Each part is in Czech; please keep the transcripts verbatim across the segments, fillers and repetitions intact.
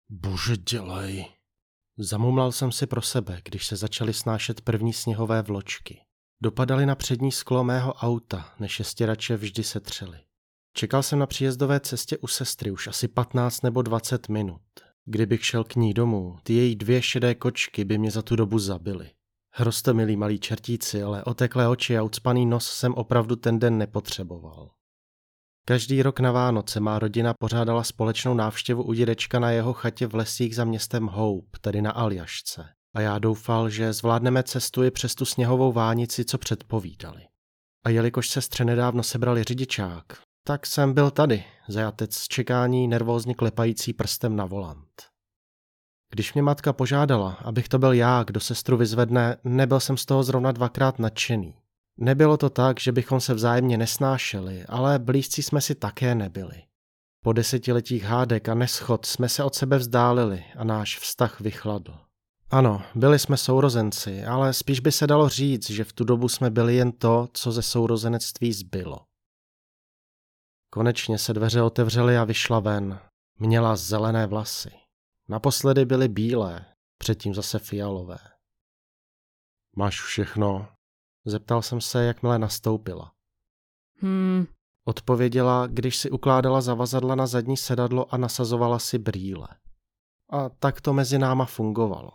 Bože, dělej. Zamumlal jsem si pro sebe, když se začaly snášet první sněhové vločky. Dopadaly na přední sklo mého auta, než je stěrače vždy setřely. Čekal jsem na příjezdové cestě u sestry už asi patnáct nebo dvacet minut. Kdybych šel k ní domů, ty její dvě šedé kočky by mě za tu dobu zabily. Hrostomilí malí čertíci, ale oteklé oči a ucpaný nos jsem opravdu ten den nepotřeboval. Každý rok na Vánoce má rodina pořádala společnou návštěvu u dědečka na jeho chatě v lesích za městem Hope, tedy na Aljašce. A já doufal, že zvládneme cestu i přes tu sněhovou vánici, co předpovídali. A jelikož sestře nedávno sebrali řidičák, tak jsem byl tady, zajatec z čekání, nervózně klepající prstem na volant. Když mě matka požádala, abych to byl já, kdo sestru vyzvedne, nebyl jsem z toho zrovna dvakrát nadšený. Nebylo to tak, že bychom se vzájemně nesnášeli, ale blízcí jsme si také nebyli. Po desetiletích hádek a neschod jsme se od sebe vzdálili a náš vztah vychladl. Ano, byli jsme sourozenci, ale spíš by se dalo říct, že v tu dobu jsme byli jen to, co ze sourozenectví zbylo. Konečně se dveře otevřely a vyšla ven. Měla zelené vlasy. Naposledy byly bílé, předtím zase fialové. Máš všechno? Zeptal jsem se, jakmile nastoupila. Hmm. Odpověděla, když si ukládala zavazadla na zadní sedadlo a nasazovala si brýle. A tak to mezi náma fungovalo.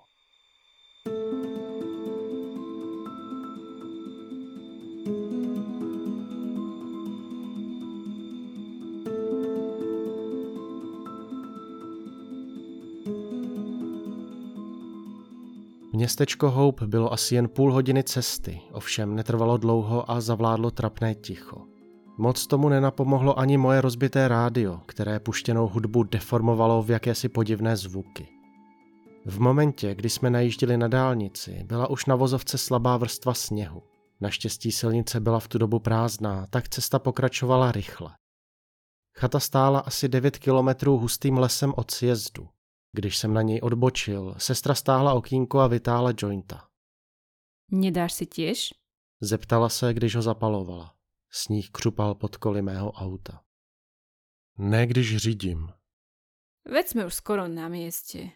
Městečko Hope bylo asi jen půl hodiny cesty, ovšem netrvalo dlouho a zavládlo trapné ticho. Moc tomu nenapomohlo ani moje rozbité rádio, které puštěnou hudbu deformovalo v jakési podivné zvuky. V momentě, kdy jsme najížděli na dálnici, byla už na vozovce slabá vrstva sněhu. Naštěstí silnice byla v tu dobu prázdná, tak cesta pokračovala rychle. Chata stála asi devět kilometrů hustým lesem od sjezdu. Když jsem na něj odbočil, sestra stáhla okýnko a vytáhla jointa. Nedáš si tiež? Zeptala se, když ho zapalovala. Sníh křupal pod koly mého auta. Ne, když řídím. Veď sme už skoro na mieste.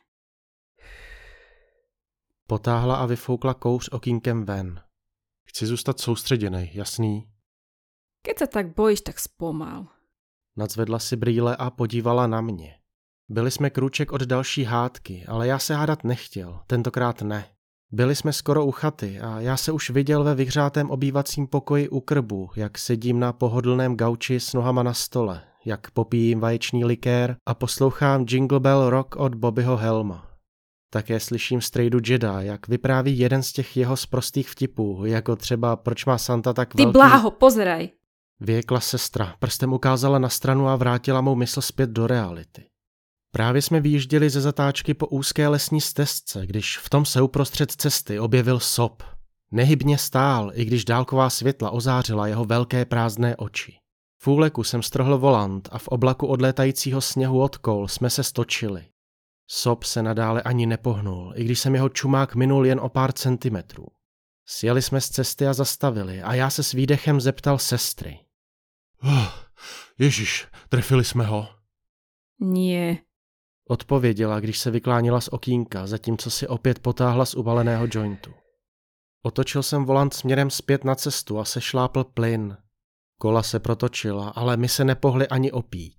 Potáhla a vyfoukla kouř okýnkem ven. Chci zůstat soustředěnej, jasný? Keď sa tak bojíš, tak spomal. Nadzvedla si brýle a podívala na mě. Byli jsme krůček od další hádky, ale já se hádat nechtěl, tentokrát ne. Byli jsme skoro u chaty a já se už viděl ve vyhřátém obývacím pokoji u krbu, jak sedím na pohodlném gauči s nohama na stole, jak popíjím vaječný likér a poslouchám Jingle Bell Rock od Bobbyho Helma. Také slyším strejdu Jedi, jak vypráví jeden z těch jeho sprostých vtipů, jako třeba proč má Santa tak Ty velký... bláho, pozeraj! Vyjekla sestra, prstem ukázala na stranu a vrátila mou mysl zpět do reality. Právě jsme vyjížděli ze zatáčky po úzké lesní stezce, když v tom se uprostřed cesty objevil sop. Nehybně stál, i když dálková světla ozářila jeho velké prázdné oči. V úleku jsem strhl volant a v oblaku odlétajícího sněhu od kol jsme se stočili. Sop se nadále ani nepohnul, i když jsem jeho čumák minul jen o pár centimetrů. Sjeli jsme z cesty a zastavili a já se s výdechem zeptal sestry. Oh, Ježiš, trefili jsme ho. Nie. Odpověděla, když se vyklánila z okýnka, zatímco si opět potáhla z ubaleného jointu. Otočil jsem volant směrem zpět na cestu a sešlápl plyn. Kola se protočila, ale my se nepohli ani opíť.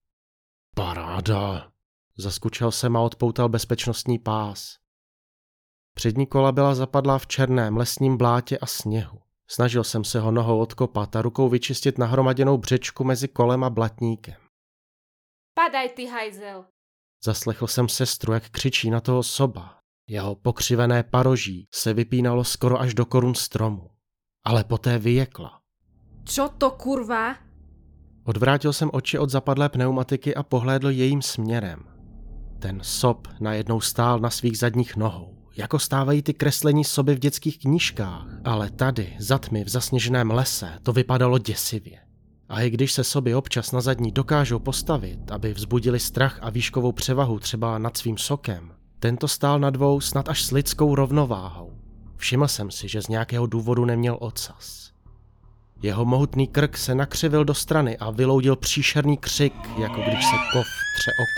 Paráda, zaskučel jsem a odpoutal bezpečnostní pás. Přední kola byla zapadlá v černém lesním blátě a sněhu. Snažil jsem se ho nohou odkopat a rukou vyčistit nahromaděnou břečku mezi kolem a blatníkem. Padaj ty hajzel! Zaslechl jsem sestru, jak křičí na toho soba. Jeho pokřivené paroží se vypínalo skoro až do korun stromu. Ale poté vyjekla. Čo to kurva? Odvrátil jsem oči od zapadlé pneumatiky a pohlédl jejím směrem. Ten sob najednou stál na svých zadních nohou, jako stávají ty kreslení soby v dětských knížkách. Ale tady, za tmy v zasněženém lese, to vypadalo děsivě. A i když se soby občas na zadní dokážou postavit, aby vzbudili strach a výškovou převahu třeba nad svým sokem, tento stál na dvou snad až s lidskou rovnováhou. Všiml jsem si, že z nějakého důvodu neměl ocas. Jeho mohutný krk se nakřivil do strany a vyloudil příšerný křik, jako když se kov tře o kov.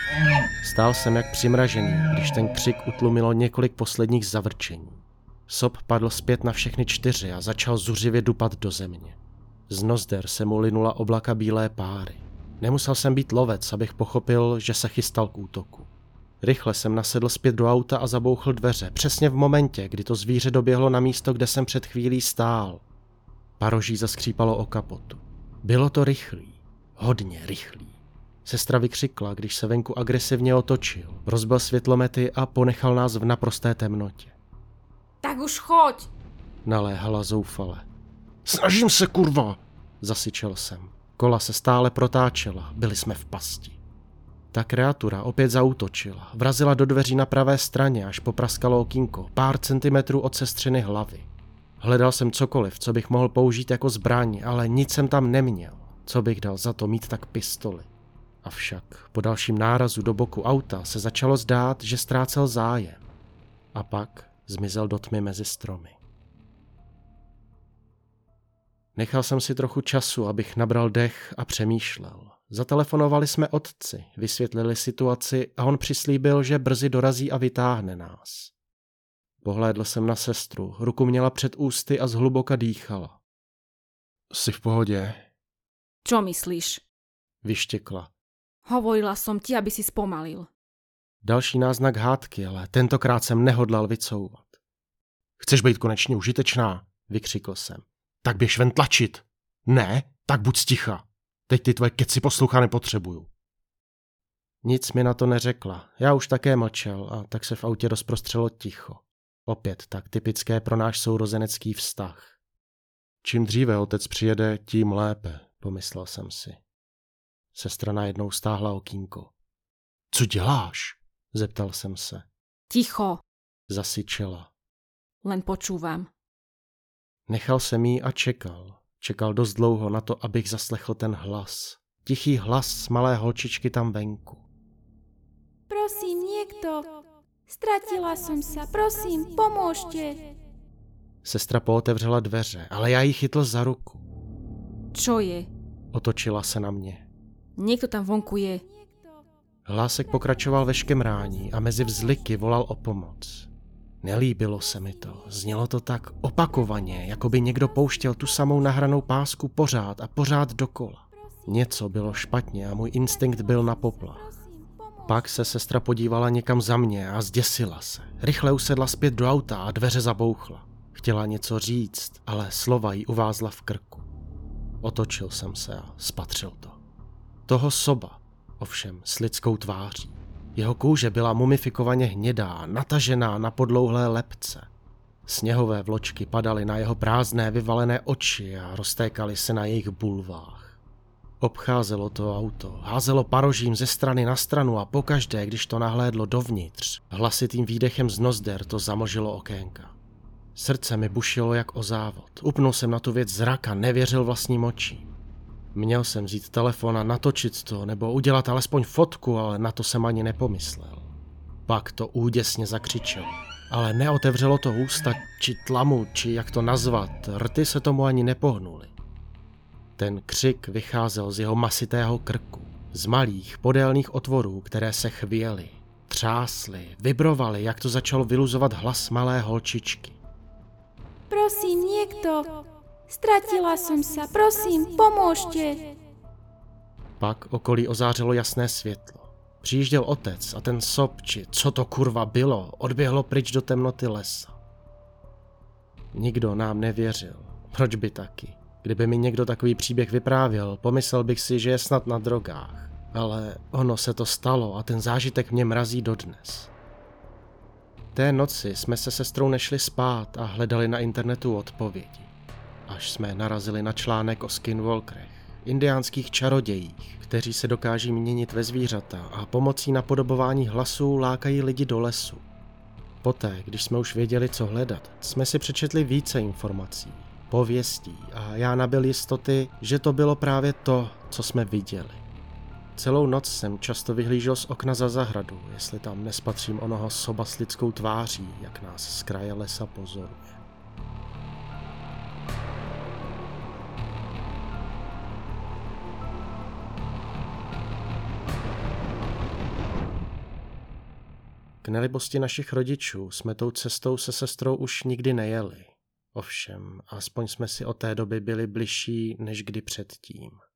Stál jsem jak přimražený, když ten křik utlumilo několik posledních zavrčení. Sob padl zpět na všechny čtyři a začal zuřivě dupat do země. Z nozder se mu linula oblaka bílé páry. Nemusel jsem být lovec, abych pochopil, že se chystal k útoku. Rychle jsem nasedl zpět do auta a zabouchl dveře, přesně v momentě, kdy to zvíře doběhlo na místo, kde jsem před chvílí stál. Paroží zaskřípalo o kapotu. Bylo to rychlý, hodně rychlý. Sestra vykřikla, když se venku agresivně otočil, rozbil světlomety a ponechal nás v naprosté temnotě. Tak už choď! Naléhala zoufale. Snažím se, kurva! Zasyčel jsem. Kola se stále protáčela, byli jsme v pasti. Ta kreatura opět zaútočila, vrazila do dveří na pravé straně, až popraskalo okýnko, pár centimetrů od sestřiny hlavy. Hledal jsem cokoliv, co bych mohl použít jako zbraň, ale nic jsem tam neměl. Co bych dal za to mít tak pistoli? Avšak po dalším nárazu do boku auta se začalo zdát, že ztrácel zájem. A pak zmizel do tmy mezi stromy. Nechal jsem si trochu času, abych nabral dech a přemýšlel. Zatelefonovali jsme otci, vysvětlili situaci a on přislíbil, že brzy dorazí a vytáhne nás. Pohlédl jsem na sestru, ruku měla před ústy a zhluboka dýchala. Jsi v pohodě? Čo myslíš? Vyštěkla. Hovorila som ti, aby si spomalil. Další náznak hádky, ale tentokrát jsem nehodlal vycouvat. Chceš být konečně užitečná? Vykřikl jsem. Tak běž ven tlačit. Ne, tak buď sticha. Teď ty tvoje keci posloucha nepotřebuju. Nic mi na to neřekla. Já už také mlčel a tak se v autě rozprostřelo ticho. Opět tak typické pro náš sourozenecký vztah. Čím dříve otec přijede, tím lépe, pomyslel jsem si. Sestra najednou stáhla okýnko. Co děláš? Zeptal jsem se. Ticho. Zasyčela. Len počúvam. Nechal jsem jí a čekal. Čekal dost dlouho na to, abych zaslechl ten hlas. Tichý hlas malé holčičky tam venku. Prosím, niekto. Stratila som sa. Prosím, pomôžte. Sestra pootevřela dveře, ale já jí chytl za ruku. Čo je? Otočila se na mě. Niekto tam vonku je. Hlásek pokračoval ve škemrání a mezi vzliky volal o pomoc. Nelíbilo se mi to, znělo to tak opakovaně, jako by někdo pouštěl tu samou nahranou pásku pořád a pořád dokola. Něco bylo špatně a můj instinkt byl na poplach. Pak se sestra podívala někam za mě a zděsila se. Rychle usedla zpět do auta a dveře zabouchla. Chtěla něco říct, ale slova jí uvázla v krku. Otočil jsem se a spatřil to. Toho soba, ovšem s lidskou tváří. Jeho kůže byla mumifikovaně hnědá, natažená na podlouhlé lebce. Sněhové vločky padaly na jeho prázdné vyvalené oči a roztékaly se na jejich bulvách. Obcházelo to auto, házelo parožím ze strany na stranu a pokaždé, když to nahlédlo dovnitř, hlasitým výdechem z nozder to zamlžilo okénka. Srdce mi bušilo jak o závod. Upnul jsem na tu věc zrak a nevěřil vlastním očím. Měl jsem vzít telefon a natočit to, nebo udělat alespoň fotku, ale na to jsem ani nepomyslel. Pak to úděsně zakřičelo, ale neotevřelo to ústa, či tlamu, či jak to nazvat, rty se tomu ani nepohnuly. Ten křik vycházel z jeho masitého krku, z malých podélných otvorů, které se chvěly, třásly, vibrovaly, jak to začalo vyluzovat hlas malé holčičky. Prosím, niekto. Stratila som sa. Prosím, pomôžte. Pak okolí ozářilo jasné světlo. Přijížděl otec a ten sob, či co to kurva bylo, odběhlo pryč do temnoty lesa. Nikdo nám nevěřil. Proč by taky? Kdyby mi někdo takový příběh vyprávěl, pomyslel bych si, že je snad na drogách. Ale ono se to stalo a ten zážitek mě mrazí dodnes. Té noci jsme se sestrou nešli spát a hledali na internetu odpovědi. Až jsme narazili na článek o skinwalkerech, indiánských čarodějích, kteří se dokáží měnit ve zvířata a pomocí napodobování hlasů lákají lidi do lesu. Poté, když jsme už věděli, co hledat, jsme si přečetli více informací, pověstí a já nabyl jistoty, že to bylo právě to, co jsme viděli. Celou noc jsem často vyhlížel z okna za zahradu, jestli tam nespatřím onoho soba s lidskou tváří, jak nás z kraje lesa pozoruje. nelibosti našich rodičů jsme tou cestou se sestrou už nikdy nejeli. Ovšem, aspoň jsme si od té doby byli bližší než kdy předtím.